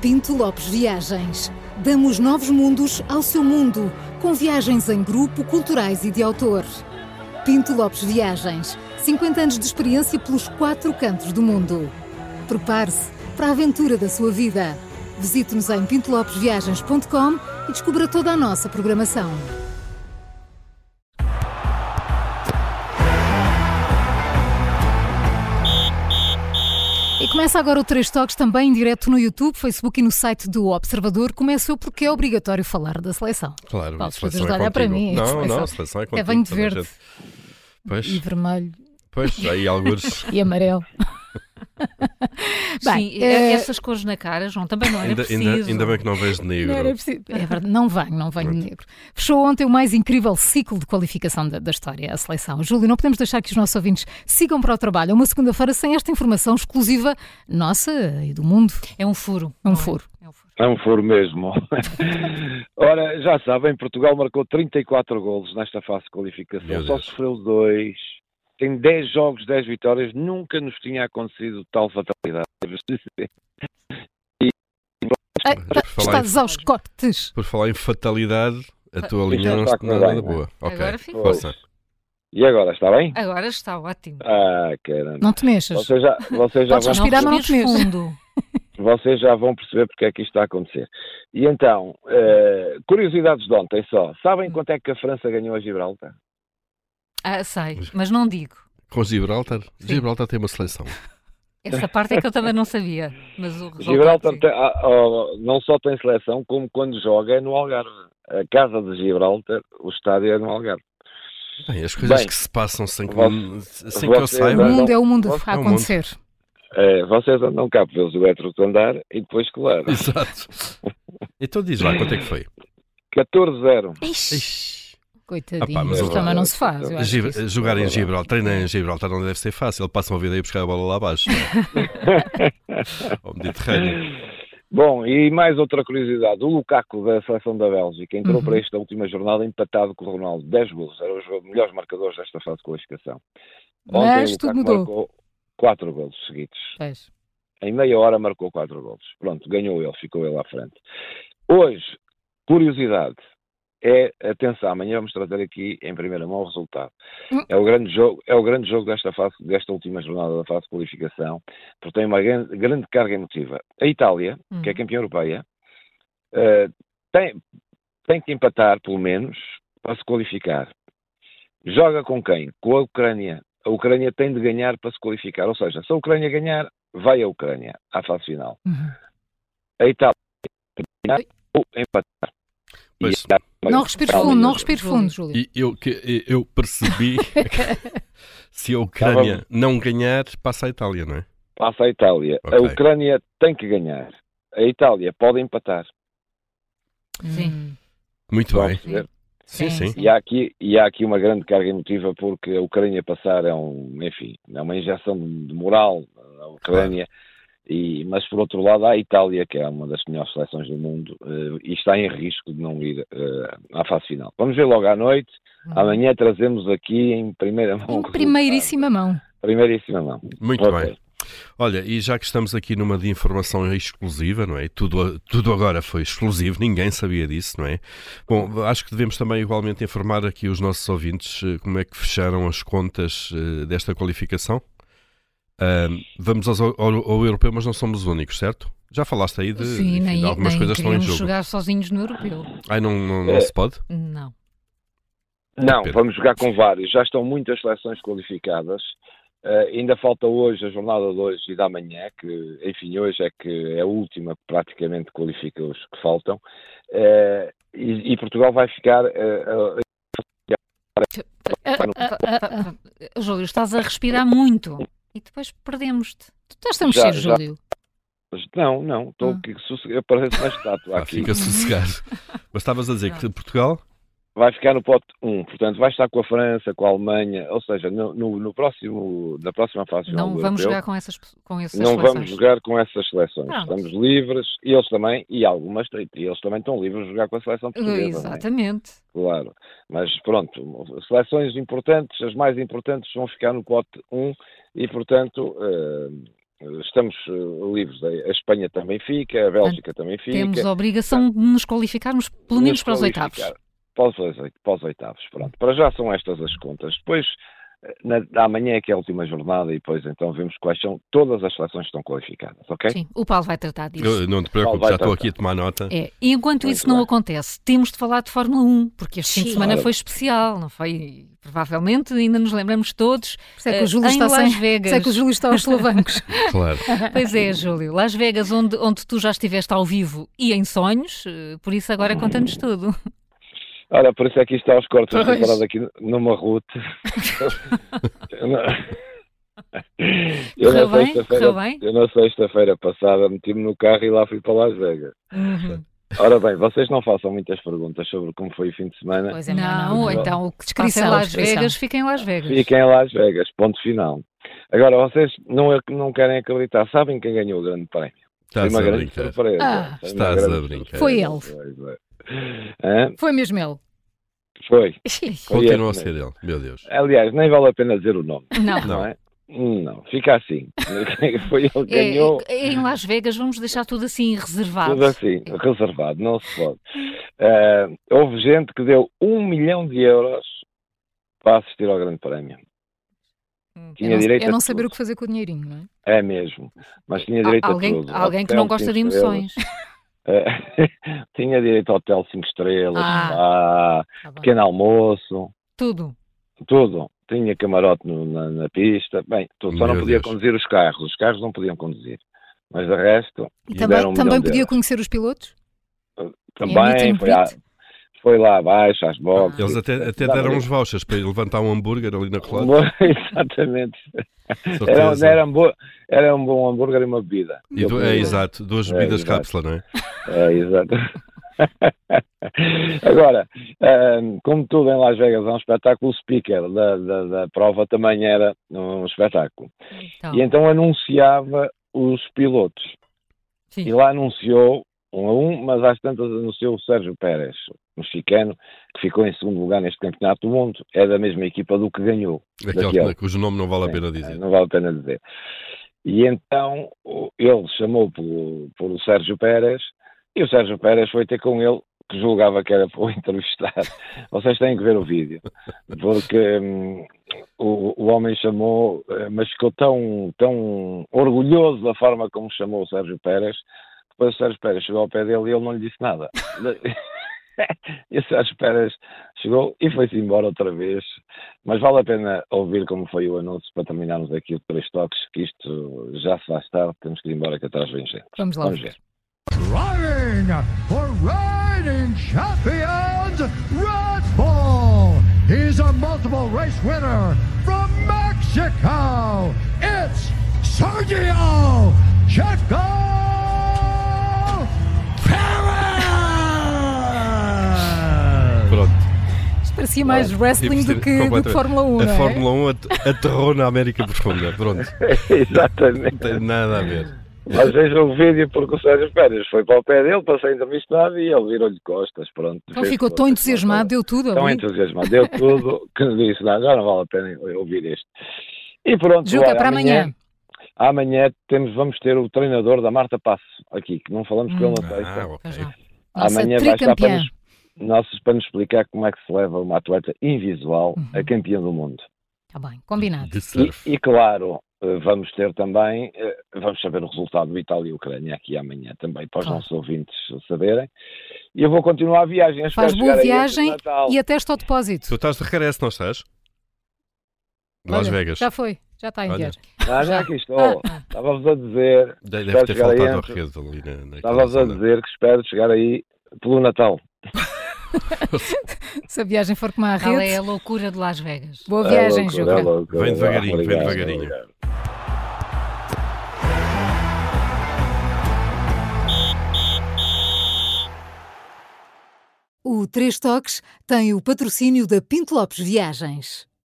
Pinto Lopes Viagens. Damos novos mundos ao seu mundo, com viagens em grupo, culturais e de autor. Pinto Lopes Viagens. 50 anos de experiência pelos 4 cantos do mundo. Prepare-se para a aventura da sua vida. Visite-nos em pintolopesviagens.com e descubra toda a nossa programação. E começa agora o Três Toques, também em direto no YouTube, Facebook e no site do Observador. Começo eu porque é obrigatório falar da seleção. Claro, Paulo, a seleção é olhar para mim. Não, a seleção é contigo. É venho de verde e vermelho. Pois, aí alguns... E amarelo. Bem, sim, essas cores na cara, João, também não era preciso. Ainda bem que não vês de negro. Não era preciso. É verdade, não venho de negro. Fechou ontem o mais incrível ciclo de qualificação da história, a seleção. Júlio, não podemos deixar que os nossos ouvintes sigam para o trabalho. É uma segunda-feira sem esta informação exclusiva nossa e do mundo. É um furo. É um furo. É um furo mesmo. Ora, já sabem, Portugal marcou 34 golos nesta fase de qualificação. Só sofreu 2. Tem 10 jogos, 10 vitórias, nunca nos tinha acontecido tal fatalidade. Estás aos cortes. Por falar em fatalidade, a tua linha não está nada boa. Ok, força. E agora, está bem? Agora está ótimo. Caramba. Não te mexas. Vocês já Podes respirar, mas não te mexas. Vocês já vão perceber porque é que isto está a acontecer. E então, curiosidades de ontem só. Sabem quanto é que a França ganhou a Gibraltar? Sei, mas não digo. Com Gibraltar? Sim. Gibraltar tem uma seleção. Essa parte é que eu também não sabia. Mas o Gibraltar não só tem seleção, como quando joga é no Algarve. A casa de Gibraltar, o estádio é no Algarve. Bem, as coisas que se passam sem que eu saiba. O mundo é o mundo a acontecer. Vocês andam cá para ver os elétricos andar e depois colar. Exato. Então diz lá, quanto é que foi? 14-0. Ixi. Coitadinho, mas também não se faz. Jogar em Gibraltar, treinar em Gibraltar não deve ser fácil. Passam a vida aí a buscar a bola lá abaixo. Ao Mediterrâneo. Bom, e mais outra curiosidade. O Lukaku da seleção da Bélgica entrou para esta última jornada empatado com o Ronaldo. 10 golos. Eram os melhores marcadores desta fase de qualificação. Mas tudo mudou. Marcou 4 golos seguidos. Pois. Em meia hora marcou 4 golos. Pronto, ganhou ele, ficou ele à frente. Hoje, curiosidade. Atenção, amanhã vamos trazer aqui em primeira mão o resultado. É o grande jogo desta última jornada da fase de qualificação, porque tem uma grande carga emotiva. A Itália, que é campeã europeia, tem que empatar, pelo menos, para se qualificar. Joga com quem? Com a Ucrânia. A Ucrânia tem de ganhar para se qualificar. Ou seja, se a Ucrânia ganhar, vai a Ucrânia à fase final. A Itália tem de ganhar ou empatar. Pois, não respires fundo, Júlio. E eu percebi que se a Ucrânia não ganhar, passa a Itália, não é? Passa a Itália. Okay. A Ucrânia tem que ganhar. A Itália pode empatar. Sim. Muito bem. Sim. E há aqui uma grande carga emotiva porque a Ucrânia passar é uma injeção de moral na Ucrânia. Mas por outro lado há a Itália, que é uma das melhores seleções do mundo, e está em risco de não ir à fase final. Vamos ver logo à noite. Amanhã trazemos aqui em primeira mão. Em primeiríssima mão. Muito bem. Olha, e já que estamos aqui numa de informação exclusiva, não é? Tudo agora foi exclusivo, ninguém sabia disso, não é? Bom, acho que devemos também igualmente informar aqui os nossos ouvintes como é que fecharam as contas desta qualificação. Vamos ao europeu, mas não somos os únicos, certo? Já falaste aí de algumas coisas que estão em jogo. Jogar sozinhos no europeu. Não se pode? Não. Não, vamos jogar com vários. Já estão muitas seleções qualificadas. Ainda falta hoje a jornada de hoje e da manhã, que, enfim, hoje é que é a última que praticamente qualifica os que faltam. E Portugal vai ficar... Júlio, estás a respirar muito. E depois perdemos-te. Tu estás a mexer, Júlio? Não. Estou aqui sossegado. Eu pareço uma estátua aqui. Fica sossegado. Mas estavas a dizer que Portugal... Vai ficar no pote 1. Portanto, vai estar com a França, com a Alemanha. Ou seja, na próxima fase final não do vamos europeu, jogar com essas seleções. Não vamos jogar com essas seleções. Pronto. Estamos livres. E eles também, e eles também estão livres de jogar com a seleção portuguesa. Exatamente. Claro. Mas pronto, seleções importantes, as mais importantes vão ficar no pote 1 e, portanto, estamos livres. A Espanha também fica, a Bélgica também fica. Temos a obrigação de nos qualificarmos pelo menos para os oitavos. Para os oitavos, pronto. Para já são estas as contas. Depois, amanhã é que é a última jornada e depois então vemos quais são todas as seleções que estão qualificadas, ok? Sim, o Paulo vai tratar disso. Não te preocupes, já estou aqui a tomar nota. E enquanto isso não acontece, temos de falar de Fórmula 1, porque este fim de semana foi especial, não foi? Provavelmente ainda nos lembramos todos. Por isso é que o Júlio está Las Vegas. Por isso é que o Júlio está aos solavancos. Claro. Pois é, Júlio. Las Vegas, onde tu já estiveste ao vivo e em sonhos, por isso agora conta-nos tudo. Olha, por isso é que isto está aos cortes, estou parado aqui numa route. Correu bem? Eu na sexta-feira passada meti-me no carro e lá fui para Las Vegas. Ora bem, vocês não façam muitas perguntas sobre como foi o fim de semana. Pois é, não. Então o que descansa em Las Vegas, fiquem em Las Vegas. Fiquem em Las Vegas, ponto final. Agora, vocês não querem acreditar, sabem quem ganhou o grande prémio? Estás uma a grande brincar. surpresa. Estás a brincar. Foi ele. Foi mesmo ele. Foi. Continua a ser ele, meu Deus. Aliás, nem vale a pena dizer o nome. Não é? Não, fica assim. Foi ele que ganhou. Em Las Vegas vamos deixar tudo assim reservado. Tudo assim, reservado, não se pode. Houve gente que deu 1 milhão de euros para assistir ao grande prémio. Tinha direito não saber o que fazer com o dinheirinho, não é? É mesmo, mas tinha direito a tudo. Alguém que não gosta de emoções. Tinha direito a hotel 5 estrelas, pequeno almoço. Tudo. Tinha camarote na pista. Bem, tudo. Só não podia conduzir os carros. Os carros não podiam conduzir. Mas de resto... E também podia conhecer os pilotos? Também, foi lá abaixo, às boxes. Eles até deram uns vouchers para ir levantar um hambúrguer ali na colada. Exatamente. Era um bom hambúrguer e uma bebida. Exato, 2 bebidas cápsula, não é? Exato. Agora, como tudo em Las Vegas é um espetáculo, o speaker da prova também era um espetáculo. E então anunciava os pilotos. Sim. E lá anunciou 1 a 1, mas às tantas anunciou o Sérgio Pérez, mexicano, que ficou em segundo lugar neste campeonato do mundo. É da mesma equipa do que ganhou. Aquele cujo nome não vale a pena dizer. Não vale a pena dizer. E então ele chamou por Sérgio Pérez, e o Sérgio Pérez foi ter com ele, que julgava que era para o entrevistar. Vocês têm que ver o vídeo, porque o homem chamou, mas ficou tão orgulhoso da forma como chamou o Sérgio Pérez. Depois o Sérgio Pérez chegou ao pé dele e ele não lhe disse nada. E o Sérgio Pérez chegou e foi-se embora outra vez. Mas vale a pena ouvir como foi o anúncio para terminarmos aqui o 3 toques, que isto já se faz tarde, temos que ir embora que atrás vem gente. Vamos ver. Driving for reigning champions, Red Bull. He's a multiple race winner from Mexico. It's Sergio Checo Perez. Pronto. Isto parecia mais wrestling do que Fórmula 1, A não é? Fórmula 1 aterrou na América Profunda. Pronto. Exatamente. Não tem nada a ver. Mas vejam o vídeo porque o Sérgio Pérez foi para o pé dele para ser entrevistado e ele virou-lhe costas, pronto. Então ficou tão entusiasmado, deu tudo. Tão entusiasmado, deu tudo, que disse, não, já não vale a pena ouvir isto. E pronto, Juca, para amanhã. Amanhã vamos ter o treinador da Marta Passo aqui, que não falamos com ele na sexta. Ok. Amanhã vai estar para nos explicar como é que se leva uma atleta invisual a campeã do mundo. Está bem, combinado. E claro, vamos ter também, vamos saber o resultado do Itália e Ucrânia aqui amanhã também, para os nossos ouvintes saberem. E eu vou continuar a viagem. Faz boa viagem e atesta ao depósito. Tu estás de regresso, não estás? Las Vegas. Já foi, já está em viagem. Já aqui estou. Estava-vos a dizer... Deve ter faltado a rede ali na Estava-vos a dizer que espero chegar aí pelo Natal. Se a viagem for como a rede... Ela é a loucura de Las Vegas. Boa viagem, Juca. Vem devagarinho, vem devagarinho. O 3 Toques tem o patrocínio da Pinto Lopes Viagens.